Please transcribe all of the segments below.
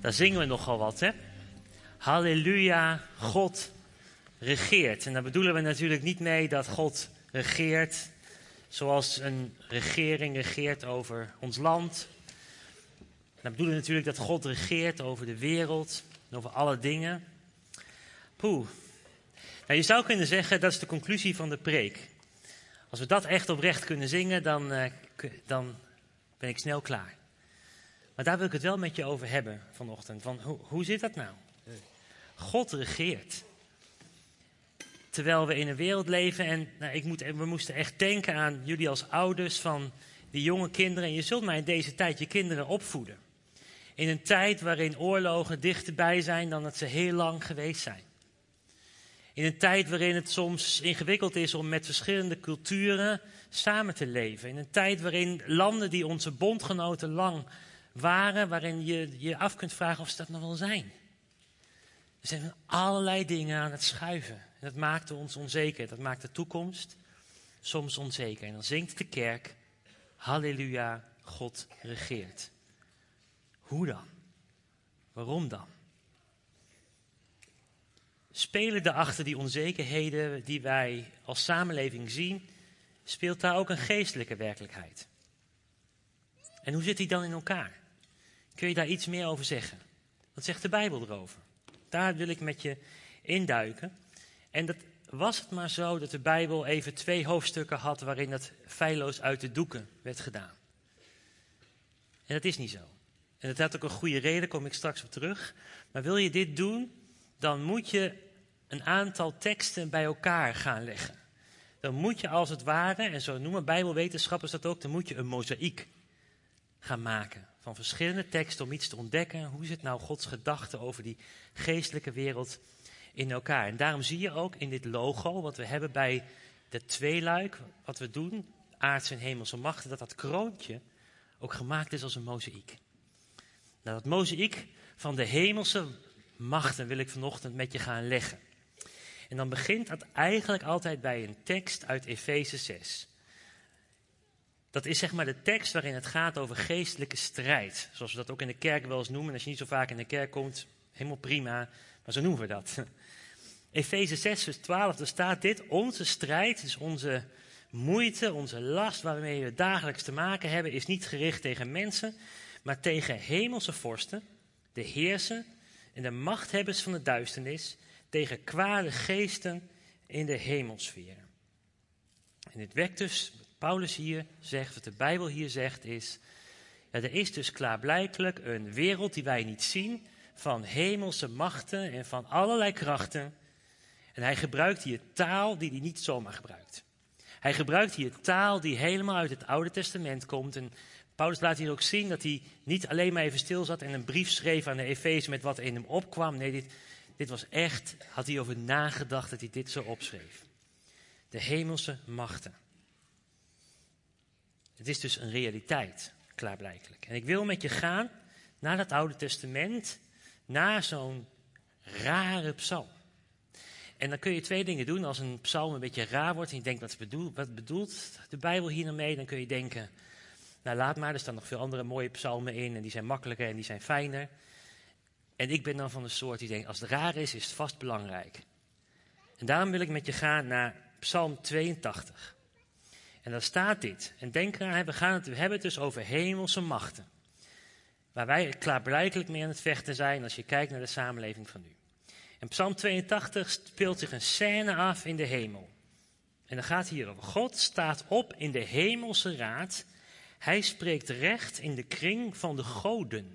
Daar zingen we nogal wat, hè? Halleluja, God regeert. En daar bedoelen we natuurlijk niet mee dat God regeert zoals een regering regeert over ons land. Daar bedoelen we natuurlijk dat God regeert over de wereld en over alle dingen. Poeh. Nou, je zou kunnen zeggen, dat is de conclusie van de preek. Als we dat echt oprecht kunnen zingen, dan ben ik snel klaar. Maar daar wil ik het wel met je over hebben vanochtend. Van hoe zit dat nou? God regeert. Terwijl we in een wereld leven en we moesten echt denken aan jullie als ouders van die jonge kinderen. En je zult maar in deze tijd je kinderen opvoeden. In een tijd waarin oorlogen dichterbij zijn dan dat ze heel lang geweest zijn. In een tijd waarin het soms ingewikkeld is om met verschillende culturen samen te leven. In een tijd waarin landen die onze bondgenoten lang waren, waarin je je af kunt vragen of ze dat nog wel zijn. Er zijn allerlei dingen aan het schuiven. En dat maakte ons onzeker. Dat maakt de toekomst soms onzeker. En dan zingt de kerk, halleluja, God regeert. Hoe dan? Waarom dan? Spelen er achter die onzekerheden die wij als samenleving zien, speelt daar ook een geestelijke werkelijkheid? En hoe zit die dan in elkaar? Kun je daar iets meer over zeggen? Wat zegt de Bijbel erover? Daar wil ik met je induiken. En dat was het maar zo dat de Bijbel even 2 hoofdstukken had waarin dat feilloos uit de doeken werd gedaan. En dat is niet zo. En dat had ook een goede reden, daar kom ik straks op terug. Maar wil je dit doen, dan moet je een aantal teksten bij elkaar gaan leggen. Dan moet je als het ware, en zo noemen bijbelwetenschappers dat ook, dan moet je een mozaïek gaan maken van verschillende teksten om iets te ontdekken. Hoe zit nou Gods gedachte over die geestelijke wereld in elkaar? En daarom zie je ook in dit logo, wat we hebben bij de tweeluik, wat we doen, aardse en hemelse machten, dat kroontje ook gemaakt is als een mozaïek. Nou, dat mozaïek van de hemelse machten wil ik vanochtend met je gaan leggen. En dan begint dat eigenlijk altijd bij een tekst uit Efeze 6. Dat is zeg maar de tekst waarin het gaat over geestelijke strijd. Zoals we dat ook in de kerk wel eens noemen. En als je niet zo vaak in de kerk komt, helemaal prima. Maar zo noemen we dat. Efeze 6 vers 12, daar staat dit. Onze strijd, dus onze moeite, onze last waarmee we dagelijks te maken hebben, is niet gericht tegen mensen, maar tegen hemelse vorsten, de heersen en de machthebbers van de duisternis, tegen kwade geesten in de hemelsfeer. En dit wekt dus, wat Paulus hier zegt, wat de Bijbel hier zegt is, ja, er is dus klaarblijkelijk een wereld die wij niet zien, van hemelse machten en van allerlei krachten. En hij gebruikt hier taal die hij niet zomaar gebruikt. Hij gebruikt hier taal die helemaal uit het Oude Testament komt. En Paulus laat hier ook zien dat hij niet alleen maar even stil zat en een brief schreef aan de Efeze met wat in hem opkwam. Nee, dit was echt, had hij over nagedacht dat hij dit zo opschreef. De hemelse machten. Het is dus een realiteit, klaarblijkelijk. En ik wil met je gaan naar dat Oude Testament, naar zo'n rare psalm. En dan kun je 2 dingen doen. Als een psalm een beetje raar wordt en je denkt, wat bedoelt de Bijbel hier nou mee? Dan kun je denken, nou laat maar, er staan nog veel andere mooie psalmen in en die zijn makkelijker en die zijn fijner. En ik ben dan van de soort die denkt, als het raar is, is het vast belangrijk. En daarom wil ik met je gaan naar Psalm 82. En daar staat dit. En denk eraan, we hebben het dus over hemelse machten. Waar wij klaarblijkelijk mee aan het vechten zijn als je kijkt naar de samenleving van nu. En Psalm 82 speelt zich een scène af in de hemel. En dan gaat het hier over. God staat op in de hemelse raad. Hij spreekt recht in de kring van de goden.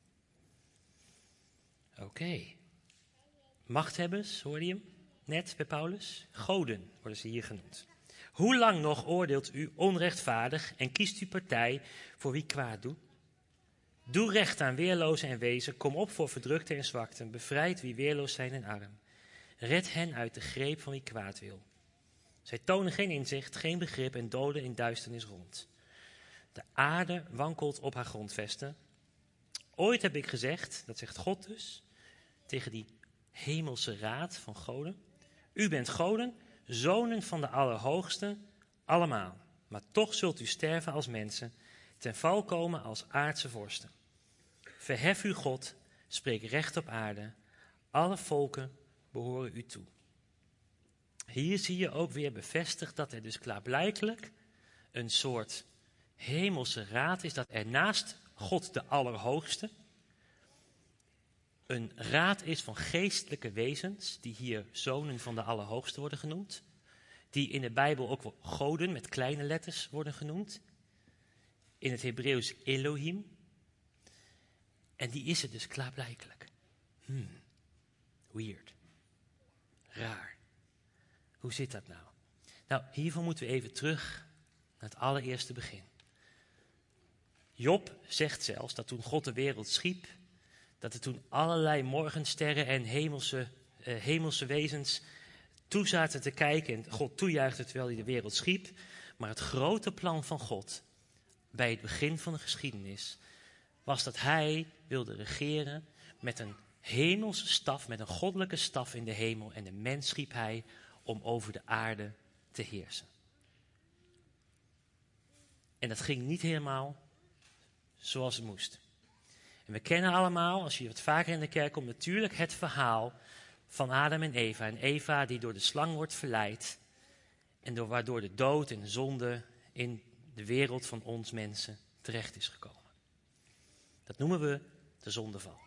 Oké. Machthebbers, hoorde je hem net bij Paulus? Goden worden ze hier genoemd. Hoe lang nog oordeelt u onrechtvaardig en kiest u partij voor wie kwaad doet? Doe recht aan weerlozen en wezen, kom op voor verdrukten en zwakten, bevrijd wie weerloos zijn en arm. Red hen uit de greep van wie kwaad wil. Zij tonen geen inzicht, geen begrip en doden in duisternis rond. De aarde wankelt op haar grondvesten. Ooit heb ik gezegd, dat zegt God dus, tegen die hemelse raad van goden. U bent goden, zonen van de Allerhoogste, allemaal. Maar toch zult u sterven als mensen, ten val komen als aardse vorsten. Verhef u God, spreek recht op aarde. Alle volken behoren u toe. Hier zie je ook weer bevestigd dat er dus klaarblijkelijk een soort hemelse raad is, dat er naast God de Allerhoogste een raad is van geestelijke wezens, die hier zonen van de Allerhoogste worden genoemd, die in de Bijbel ook wel goden met kleine letters worden genoemd, in het Hebreeuws Elohim, en die is er dus klaarblijkelijk. Weird. Raar. Hoe zit dat nou? Nou, hiervoor moeten we even terug naar het allereerste begin. Job zegt zelfs dat toen God de wereld schiep, dat er toen allerlei morgensterren en hemelse wezens toe zaten te kijken en God toejuichte terwijl hij de wereld schiep. Maar het grote plan van God bij het begin van de geschiedenis was dat hij wilde regeren met een hemelse staf, met een goddelijke staf in de hemel. En de mens schiep hij om over de aarde te heersen. En dat ging niet helemaal zoals het moest. En we kennen allemaal, als je wat vaker in de kerk komt, natuurlijk het verhaal van Adam en Eva. En Eva die door de slang wordt verleid. En waardoor de dood en de zonde in de wereld van ons mensen terecht is gekomen. Dat noemen we de zondeval.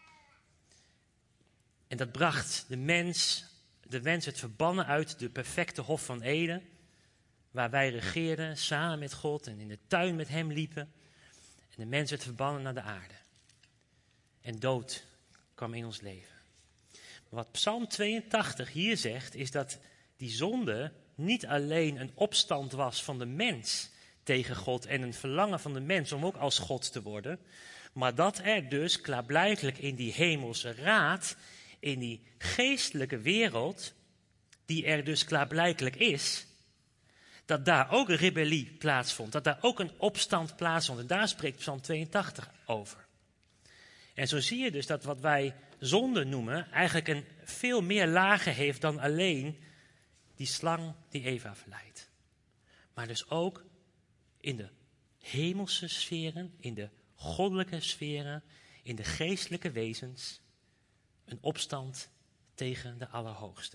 En dat bracht de mens het verbannen uit de perfecte hof van Eden. Waar wij regeerden samen met God en in de tuin met hem liepen. En de mens werd verbannen naar de aarde. En dood kwam in ons leven. Maar wat Psalm 82 hier zegt, is dat die zonde niet alleen een opstand was van de mens tegen God en een verlangen van de mens om ook als God te worden, maar dat er dus klaarblijkelijk in die hemelse raad, in die geestelijke wereld, die er dus klaarblijkelijk is, dat daar ook een rebellie plaatsvond, dat daar ook een opstand plaatsvond. En daar spreekt Psalm 82 over. En zo zie je dus dat wat wij zonde noemen eigenlijk een veel meer lagen heeft dan alleen die slang die Eva verleidt. Maar dus ook in de hemelse sferen, in de goddelijke sferen, in de geestelijke wezens, een opstand tegen de Allerhoogste.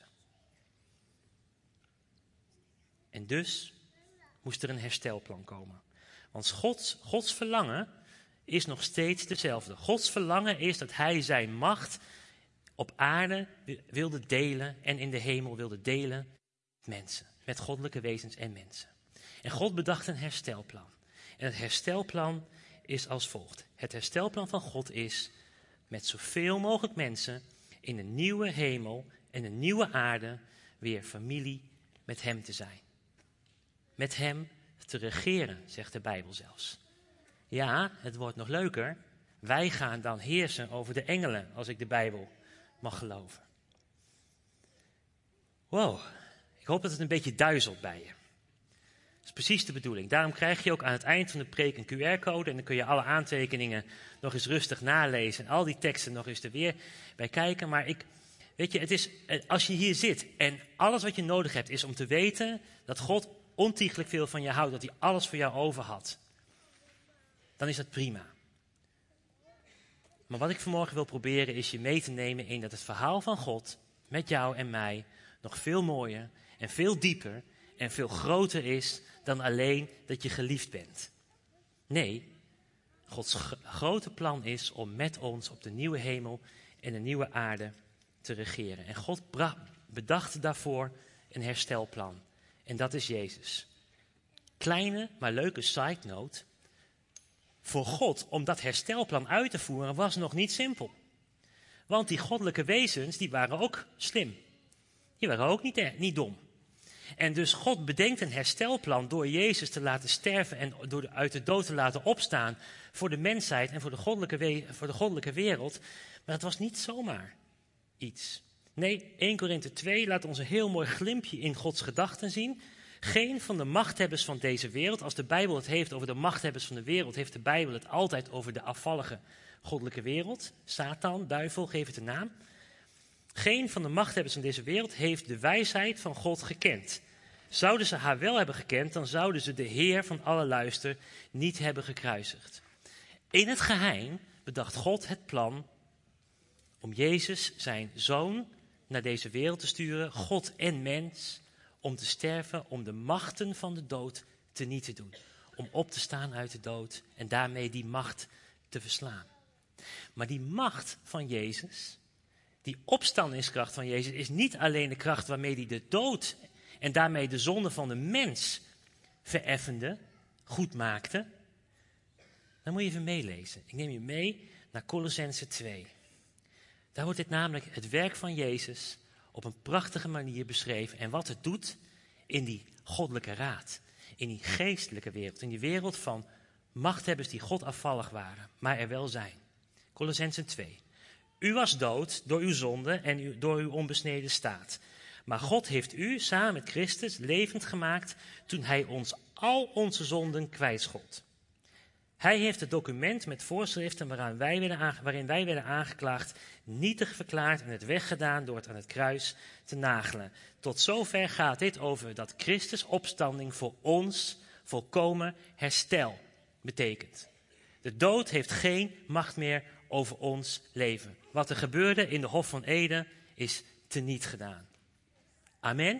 En dus moest er een herstelplan komen. Want Gods verlangen is nog steeds dezelfde. Gods verlangen is dat hij zijn macht op aarde wilde delen en in de hemel wilde delen met mensen, met goddelijke wezens en mensen. En God bedacht een herstelplan. En het herstelplan is als volgt. Het herstelplan van God is met zoveel mogelijk mensen in een nieuwe hemel en een nieuwe aarde weer familie met hem te zijn. Met hem te regeren, zegt de Bijbel zelfs. Ja, het wordt nog leuker. Wij gaan dan heersen over de engelen, als ik de Bijbel mag geloven. Wow, ik hoop dat het een beetje duizelt bij je. Dat is precies de bedoeling. Daarom krijg je ook aan het eind van de preek een QR-code en dan kun je alle aantekeningen nog eens rustig nalezen en al die teksten nog eens er weer bij kijken. Maar weet je, het is, als je hier zit en alles wat je nodig hebt is om te weten dat God ontiegelijk veel van je houdt, dat hij alles voor jou over had, dan is dat prima. Maar wat ik vanmorgen wil proberen is je mee te nemen in dat het verhaal van God met jou en mij nog veel mooier en veel dieper en veel groter is dan alleen dat je geliefd bent. Nee, Gods grote plan is om met ons op de nieuwe hemel en de nieuwe aarde te regeren. En God bedacht daarvoor een herstelplan. En dat is Jezus. Kleine, maar leuke side note. Voor God om dat herstelplan uit te voeren was nog niet simpel. Want die goddelijke wezens, die waren ook slim. Die waren ook niet dom. En dus God bedenkt een herstelplan door Jezus te laten sterven en door uit de dood te laten opstaan voor de mensheid en voor de goddelijke wereld. Maar het was niet zomaar iets. Nee, 1 Korinthe 2 laat ons een heel mooi glimpje in Gods gedachten zien. Geen van de machthebbers van deze wereld, als de Bijbel het heeft over de machthebbers van de wereld, heeft de Bijbel het altijd over de afvallige goddelijke wereld. Satan, duivel, geef het een naam. Geen van de machthebbers van deze wereld heeft de wijsheid van God gekend. Zouden ze haar wel hebben gekend, dan zouden ze de Heer van alle luister niet hebben gekruisigd. In het geheim bedacht God het plan Om Jezus, zijn zoon, naar deze wereld te sturen, God en mens, om te sterven, om de machten van de dood teniet te doen. Om op te staan uit de dood en daarmee die macht te verslaan. Maar die macht van Jezus, die opstandingskracht van Jezus, is niet alleen de kracht waarmee hij de dood en daarmee de zonde van de mens vereffende, goed maakte. Dan moet je even meelezen. Ik neem je mee naar Kolossenzen 2. Daar wordt dit namelijk het werk van Jezus op een prachtige manier beschreven. En wat het doet in die goddelijke raad. In die geestelijke wereld. In die wereld van machthebbers die God afvallig waren, maar er wel zijn. Kolossenzen 2. U was dood door uw zonde en door uw onbesneden staat. Maar God heeft u samen met Christus levend gemaakt toen hij ons al onze zonden kwijtschold. Hij heeft het document met voorschriften waarin wij werden aangeklaagd nietig verklaard en het weggedaan door het aan het kruis te nagelen. Tot zover gaat dit over dat Christus opstanding voor ons volkomen herstel betekent. De dood heeft geen macht meer over ons leven. Wat er gebeurde in de Hof van Eden is teniet gedaan. Amen?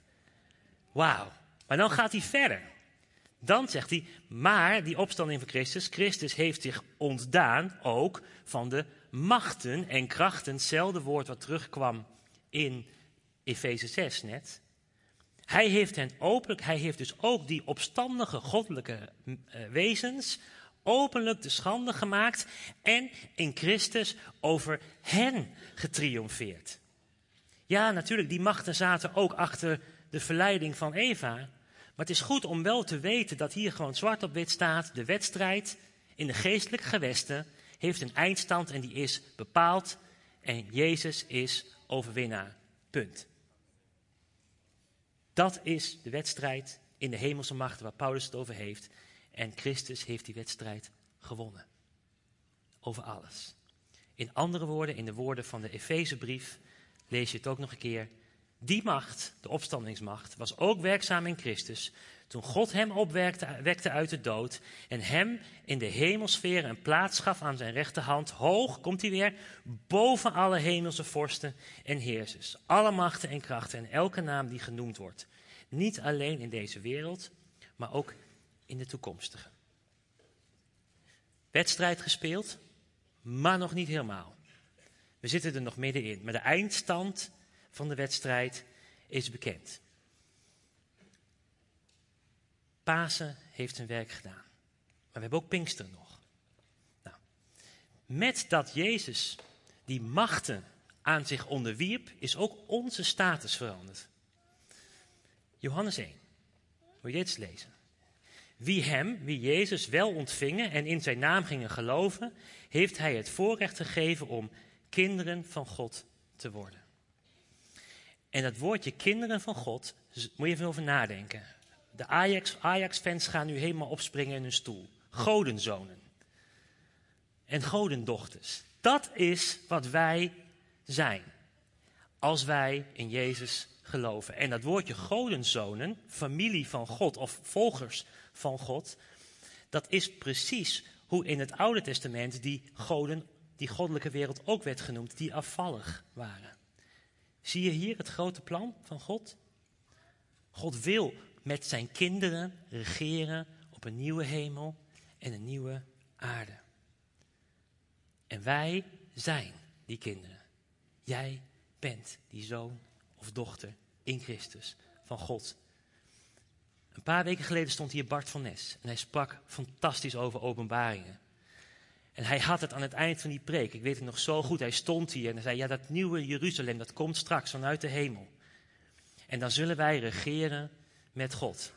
Wauw. Maar dan gaat hij verder. Dan zegt hij, maar die opstanding van Christus heeft zich ontdaan ook van de machten en krachten. Hetzelfde woord wat terugkwam in Efeze 6 net. Hij heeft dus ook die opstandige goddelijke wezens openlijk de schande gemaakt en in Christus over hen getriomfeerd. Ja, natuurlijk, die machten zaten ook achter de verleiding van Eva. Maar het is goed om wel te weten dat hier gewoon zwart op wit staat. De wedstrijd in de geestelijke gewesten heeft een eindstand en die is bepaald. En Jezus is overwinnaar. Punt. Dat is de wedstrijd in de hemelse machten waar Paulus het over heeft. En Christus heeft die wedstrijd gewonnen. Over alles. In andere woorden, in de woorden van de Efezebrief, lees je het ook nog een keer. Die macht, de opstandingsmacht, was ook werkzaam in Christus. Toen God hem opwekte uit de dood en hem in de hemelsfeer een plaats gaf aan zijn rechterhand. Hoog, komt hij weer, boven alle hemelse vorsten en heersers. Alle machten en krachten en elke naam die genoemd wordt. Niet alleen in deze wereld, maar ook in de toekomstige. Wedstrijd gespeeld, maar nog niet helemaal. We zitten er nog middenin, maar de eindstand van de wedstrijd is bekend. Pasen heeft zijn werk gedaan. Maar we hebben ook Pinksteren nog. Nou, met dat Jezus die machten aan zich onderwierp, is ook onze status veranderd. Johannes 1. Wil je dit eens lezen? Wie Jezus wel ontvingen en in zijn naam gingen geloven, heeft hij het voorrecht gegeven om kinderen van God te worden. En dat woordje kinderen van God, moet je even over nadenken. De Ajax-fans gaan nu helemaal opspringen in hun stoel. Godenzonen. En godendochters. Dat is wat wij zijn. Als wij in Jezus geloven. En dat woordje godenzonen, familie van God of volgers van God, dat is precies hoe in het Oude Testament die goddelijke wereld ook werd genoemd, die afvallig waren. Zie je hier het grote plan van God? God wil met zijn kinderen regeren op een nieuwe hemel en een nieuwe aarde. En wij zijn die kinderen. Jij bent die zoon of dochter in Christus van God. Een paar weken geleden stond hier Bart van Nes en hij sprak fantastisch over openbaringen. En hij had het aan het eind van die preek, ik weet het nog zo goed, hij stond hier en hij zei, ja, dat nieuwe Jeruzalem, dat komt straks vanuit de hemel. En dan zullen wij regeren met God.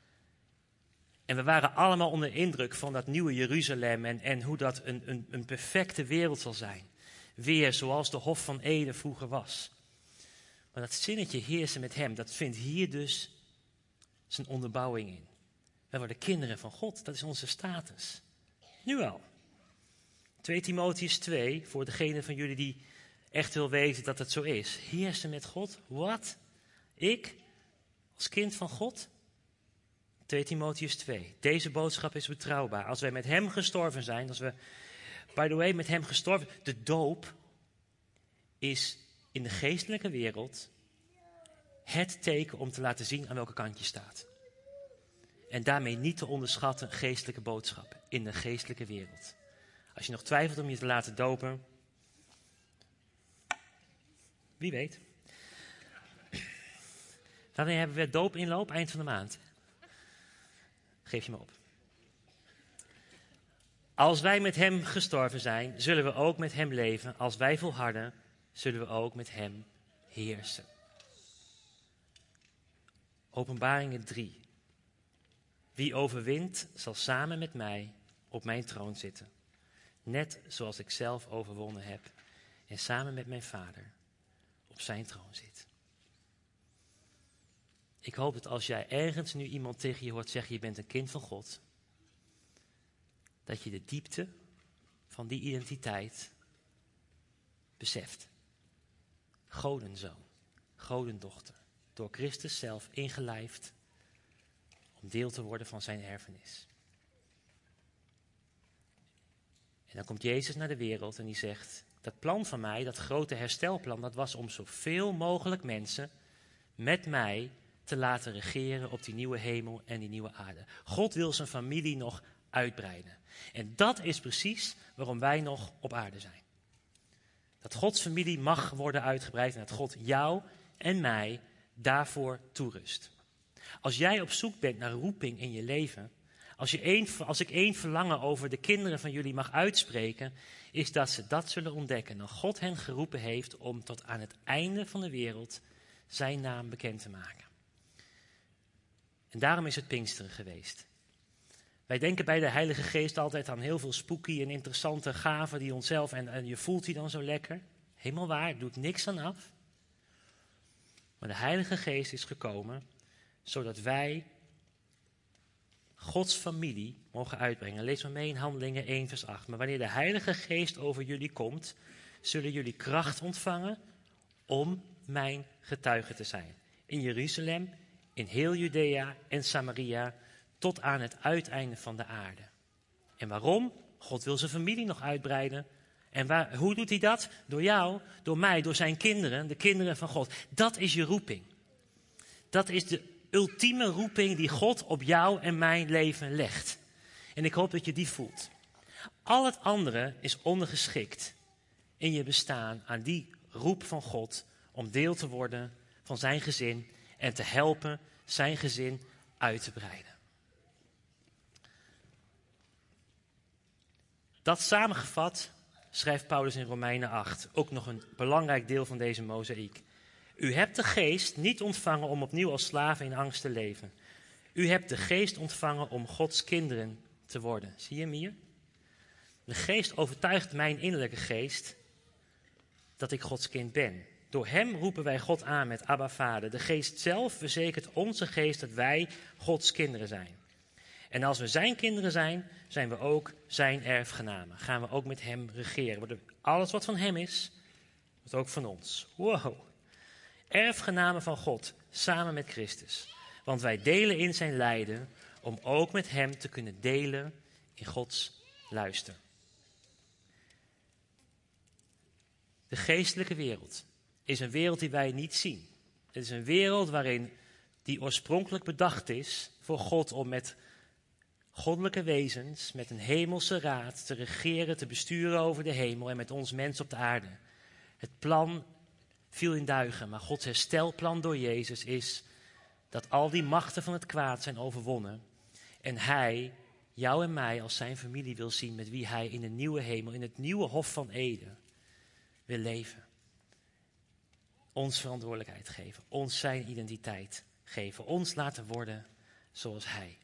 En we waren allemaal onder indruk van dat nieuwe Jeruzalem en hoe dat een perfecte wereld zal zijn. Weer zoals de Hof van Eden vroeger was. Maar dat zinnetje heersen met hem, dat vindt hier dus zijn onderbouwing in. Wij worden kinderen van God, dat is onze status. Nu al. 2 Timotheüs 2, voor degene van jullie die echt wil weten dat het zo is. Heersen met God, wat? Ik, als kind van God? 2 Timotheüs 2, deze boodschap is betrouwbaar. Als wij met hem gestorven zijn, als we, by the way, met hem gestorven, de doop is in de geestelijke wereld het teken om te laten zien aan welke kant je staat. En daarmee niet te onderschatten geestelijke boodschappen in de geestelijke wereld. Als je nog twijfelt om je te laten dopen, wie weet. Wanneer hebben we doopinloop? Eind van de maand. Geef je me op. Als wij met hem gestorven zijn, zullen we ook met hem leven. Als wij volharden, zullen we ook met hem heersen. Openbaringen 3. Wie overwint, zal samen met mij op mijn troon zitten. Net zoals ik zelf overwonnen heb en samen met mijn Vader op zijn troon zit. Ik hoop dat als jij ergens nu iemand tegen je hoort zeggen, je bent een kind van God, dat je de diepte van die identiteit beseft. Godenzoon, godendochter, door Christus zelf ingelijfd om deel te worden van zijn erfenis. En dan komt Jezus naar de wereld en die zegt, dat plan van mij, dat grote herstelplan, dat was om zoveel mogelijk mensen met mij te laten regeren op die nieuwe hemel en die nieuwe aarde. God wil zijn familie nog uitbreiden. En dat is precies waarom wij nog op aarde zijn. Dat Gods familie mag worden uitgebreid en dat God jou en mij daarvoor toerust. Als jij op zoek bent naar roeping in je leven, als ik één verlangen over de kinderen van jullie mag uitspreken, is dat ze dat zullen ontdekken. Dat God hen geroepen heeft om tot aan het einde van de wereld zijn naam bekend te maken. En daarom is het Pinksteren geweest. Wij denken bij de Heilige Geest altijd aan heel veel spooky en interessante gaven die onszelf, en je voelt die dan zo lekker. Helemaal waar, doet niks aan af. Maar de Heilige Geest is gekomen zodat wij Gods familie mogen uitbrengen. Lees maar mee in Handelingen 1 vers 8. Maar wanneer de Heilige Geest over jullie komt, zullen jullie kracht ontvangen om mijn getuige te zijn. In Jeruzalem, in heel Judea en Samaria, tot aan het uiteinde van de aarde. En waarom? God wil zijn familie nog uitbreiden. En hoe doet hij dat? Door jou, door mij, door zijn kinderen, de kinderen van God. Dat is je roeping. Dat is de ultieme roeping die God op jou en mijn leven legt. En ik hoop dat je die voelt. Al het andere is ondergeschikt in je bestaan aan die roep van God om deel te worden van zijn gezin en te helpen zijn gezin uit te breiden. Dat samengevat schrijft Paulus in Romeinen 8, ook nog een belangrijk deel van deze mozaïek. U hebt de geest niet ontvangen om opnieuw als slaven in angst te leven. U hebt de geest ontvangen om Gods kinderen te worden. Zie je hem hier? De geest overtuigt mijn innerlijke geest dat ik Gods kind ben. Door hem roepen wij God aan met Abba Vader. De geest zelf verzekert onze geest dat wij Gods kinderen zijn. En als we zijn kinderen zijn, zijn we ook zijn erfgenamen. Gaan we ook met hem regeren. Alles wat van hem is, wordt ook van ons. Wow. Erfgenamen van God, samen met Christus. Want wij delen in zijn lijden, om ook met hem te kunnen delen in Gods luister. De geestelijke wereld is een wereld die wij niet zien. Het is een wereld waarin die oorspronkelijk bedacht is voor God om met goddelijke wezens, met een hemelse raad te regeren, te besturen over de hemel en met ons mens op de aarde. Het plan viel in duigen, maar Gods herstelplan door Jezus is dat al die machten van het kwaad zijn overwonnen. En hij, jou en mij als zijn familie wil zien met wie hij in de nieuwe hemel, in het nieuwe hof van Eden wil leven. Ons verantwoordelijkheid geven, ons zijn identiteit geven, ons laten worden zoals hij.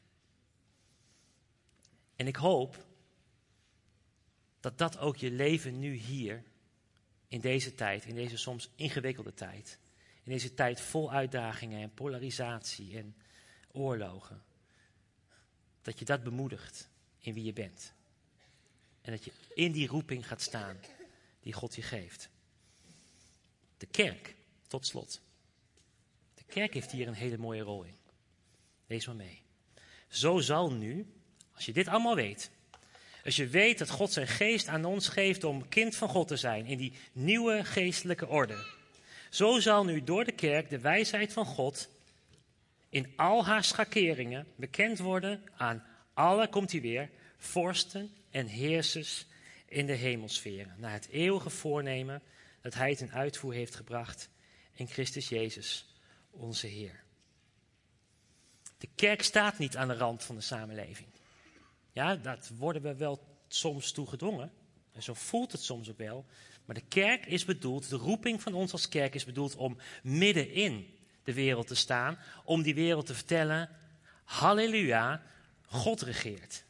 En ik hoop dat dat ook je leven nu hier, in deze tijd, in deze soms ingewikkelde tijd, in deze tijd vol uitdagingen en polarisatie en oorlogen, dat je dat bemoedigt in wie je bent. En dat je in die roeping gaat staan die God je geeft. De kerk, tot slot. De kerk heeft hier een hele mooie rol in. Lees maar mee. Zo zal nu, als je dit allemaal weet, Als je weet dat God zijn geest aan ons geeft om kind van God te zijn in die nieuwe geestelijke orde. Zo zal nu door de kerk de wijsheid van God in al haar schakeringen bekend worden aan alle, komt hij weer, vorsten en heersers in de hemelsferen. Naar het eeuwige voornemen dat hij ten uitvoer heeft gebracht in Christus Jezus, onze Heer. De kerk staat niet aan de rand van de samenleving. Ja, dat worden we wel soms toe gedwongen. En zo voelt het soms ook wel. Maar de kerk is bedoeld, de roeping van ons als kerk is bedoeld om middenin de wereld te staan. Om die wereld te vertellen, halleluja, God regeert.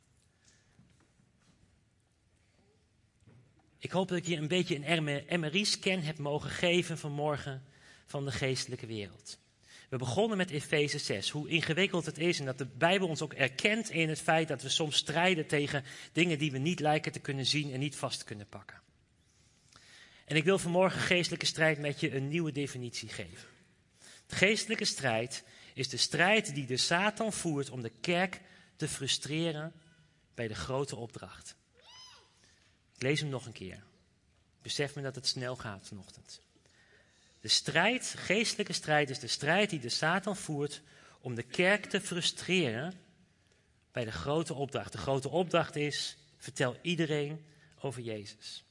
Ik hoop dat ik je een beetje een MRI-scan heb mogen geven vanmorgen van de geestelijke wereld. We begonnen met Efeze 6, hoe ingewikkeld het is en dat de Bijbel ons ook erkent in het feit dat we soms strijden tegen dingen die we niet lijken te kunnen zien en niet vast kunnen pakken. En ik wil vanmorgen geestelijke strijd met je een nieuwe definitie geven. De geestelijke strijd is de strijd die de Satan voert om de kerk te frustreren bij de grote opdracht. Ik lees hem nog een keer. Besef me dat het snel gaat vanochtend. De strijd, geestelijke strijd, is de strijd die de Satan voert om de kerk te frustreren bij de grote opdracht. De grote opdracht is, vertel iedereen over Jezus.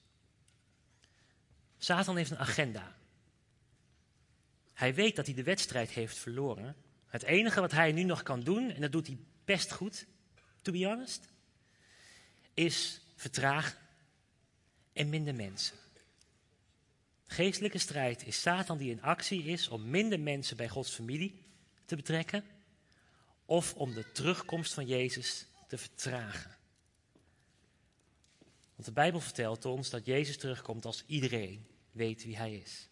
Satan heeft een agenda. Hij weet dat hij de wedstrijd heeft verloren. Het enige wat hij nu nog kan doen, en dat doet hij best goed, to be honest, is vertragen en minder mensen. Geestelijke strijd is Satan die in actie is om minder mensen bij Gods familie te betrekken of om de terugkomst van Jezus te vertragen. Want de Bijbel vertelt ons dat Jezus terugkomt als iedereen weet wie hij is.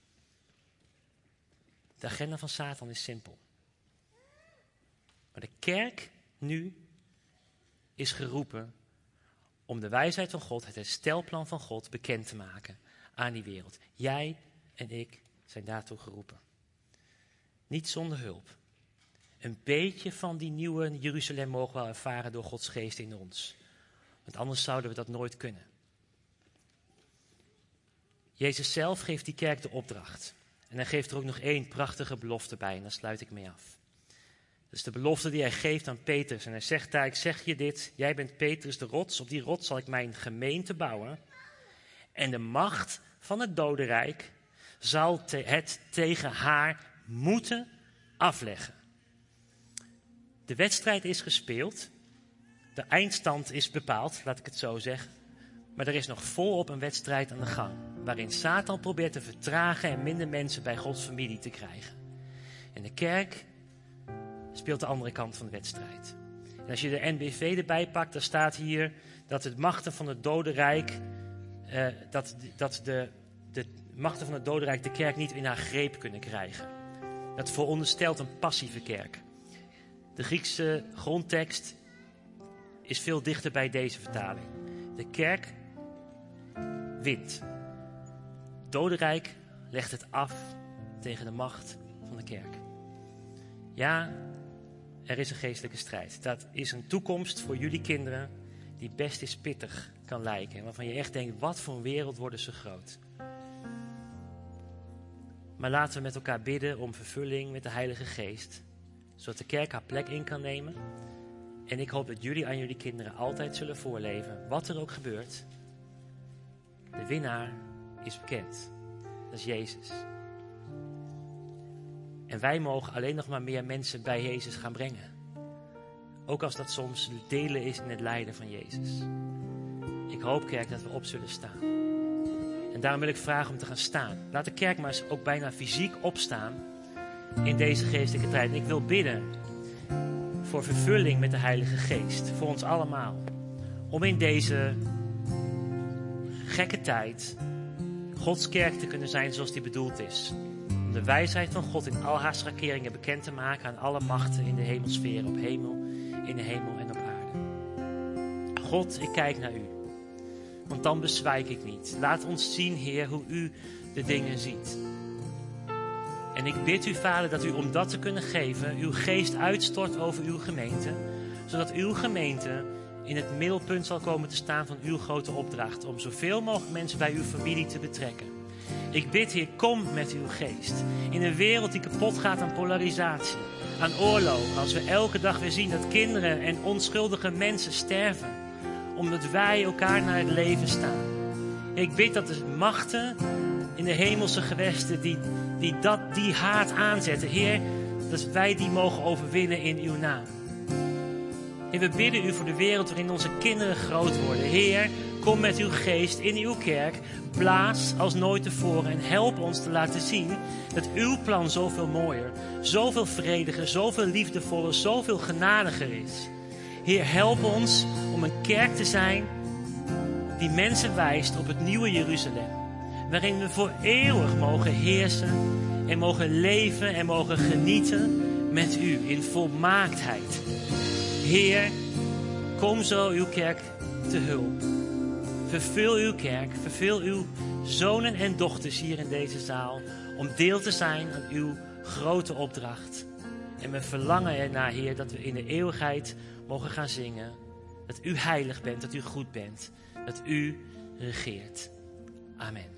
De agenda van Satan is simpel. Maar de kerk nu is geroepen om de wijsheid van God, het herstelplan van God, bekend te maken aan die wereld. Jij en ik zijn daartoe geroepen. Niet zonder hulp. Een beetje van die nieuwe Jeruzalem mogen we wel ervaren door Gods geest in ons. Want anders zouden we dat nooit kunnen. Jezus zelf geeft die kerk de opdracht. En hij geeft er ook nog één prachtige belofte bij. En daar sluit ik mee af. Dat is de belofte die hij geeft aan Petrus. En hij zegt daar, ik zeg je dit, jij bent Petrus de rots. Op die rots zal ik mijn gemeente bouwen. En de macht van het dodenrijk zal het tegen haar moeten afleggen. De wedstrijd is gespeeld. De eindstand is bepaald, laat ik het zo zeggen. Maar er is nog volop een wedstrijd aan de gang. Waarin Satan probeert te vertragen en minder mensen bij Gods familie te krijgen. En de kerk speelt de andere kant van de wedstrijd. En als je de NBV erbij pakt, dan staat hier dat de machten van het dodenrijk, dat de machten van het dodenrijk de kerk niet in haar greep kunnen krijgen. Dat veronderstelt een passieve kerk. De Griekse grondtekst is veel dichter bij deze vertaling. De kerk wint. Het dodenrijk legt het af tegen de macht van de kerk. Ja, er is een geestelijke strijd. Dat is een toekomst voor jullie kinderen die best eens pittig kan lijken. Waarvan je echt denkt, wat voor een wereld worden ze groot. Maar laten we met elkaar bidden om vervulling met de Heilige Geest. Zodat de kerk haar plek in kan nemen. En ik hoop dat jullie aan jullie kinderen altijd zullen voorleven. Wat er ook gebeurt. De winnaar is bekend. Dat is Jezus. En wij mogen alleen nog maar meer mensen bij Jezus gaan brengen. Ook als dat soms delen is in het lijden van Jezus. Ik hoop, kerk, dat we op zullen staan. En daarom wil ik vragen om te gaan staan. Laat de kerk maar eens ook bijna fysiek opstaan in deze geestelijke tijd. En ik wil bidden voor vervulling met de Heilige Geest. Voor ons allemaal. Om in deze gekke tijd Gods kerk te kunnen zijn zoals die bedoeld is. Om de wijsheid van God in al haar schakeringen bekend te maken aan alle machten in de hemelsfeer, op hemel, in de hemel en op aarde. God, ik kijk naar u. Want dan bezwijk ik niet. Laat ons zien, Heer, hoe u de dingen ziet. En ik bid u, Vader, dat u om dat te kunnen geven, uw geest uitstort over uw gemeente. Zodat uw gemeente in het middelpunt zal komen te staan van uw grote opdracht. Om zoveel mogelijk mensen bij uw familie te betrekken. Ik bid, Heer, kom met uw geest. In een wereld die kapot gaat aan polarisatie, aan oorlog. Als we elke dag weer zien dat kinderen en onschuldige mensen sterven. Omdat wij elkaar naar het leven staan. Ik bid dat de machten in de hemelse gewesten die haat aanzetten. Heer, dat wij die mogen overwinnen in uw naam. Heer, we bidden u voor de wereld waarin onze kinderen groot worden. Heer, kom met uw geest in uw kerk. Blaas als nooit tevoren en help ons te laten zien dat uw plan zoveel mooier, zoveel vrediger, zoveel liefdevoller, zoveel genadiger is. Heer, help ons om een kerk te zijn die mensen wijst op het nieuwe Jeruzalem. Waarin we voor eeuwig mogen heersen en mogen leven en mogen genieten met u in volmaaktheid. Heer, kom zo uw kerk te hulp. Vervul uw kerk, vervul uw zonen en dochters hier in deze zaal om deel te zijn aan uw grote opdracht. En we verlangen ernaar, Heer, dat we in de eeuwigheid mogen gaan zingen. Dat u heilig bent, dat u goed bent, dat u regeert. Amen.